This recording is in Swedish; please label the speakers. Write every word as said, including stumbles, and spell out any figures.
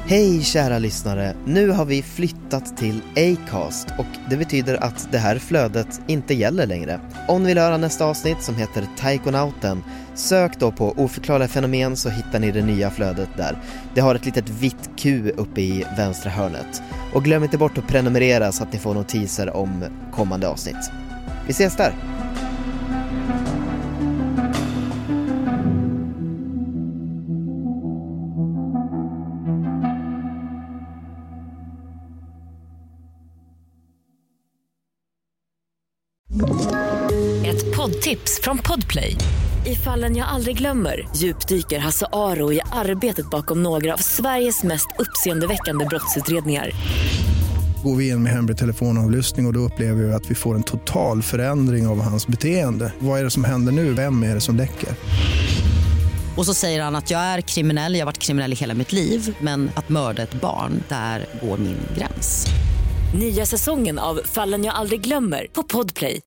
Speaker 1: Hej kära lyssnare, nu har vi flyttat till Acast och det betyder att det här flödet inte gäller längre. Om ni vill höra nästa avsnitt som heter Taikonauten, sök då på oförklarliga fenomen så hittar ni det nya flödet där. Det har ett litet vitt Q uppe i vänstra hörnet. Och glöm inte bort att prenumerera så att ni får notiser om kommande avsnitt. Vi ses där!
Speaker 2: Ett poddtips från Podplay. I Fallen jag aldrig glömmer djupdyker Hasse Aro i arbetet bakom några av Sveriges mest uppseendeväckande brottsutredningar.
Speaker 3: Går vi in med hemlig telefonavlyssning och, och då upplever vi att vi får en total förändring av hans beteende. Vad är det som händer nu? Vem är det som läcker?
Speaker 4: Och så säger han att jag är kriminell, jag har varit kriminell i hela mitt liv. Men att mörda ett barn, där går min gräns.
Speaker 2: Nya säsongen av Fallen jag aldrig glömmer på Podplay.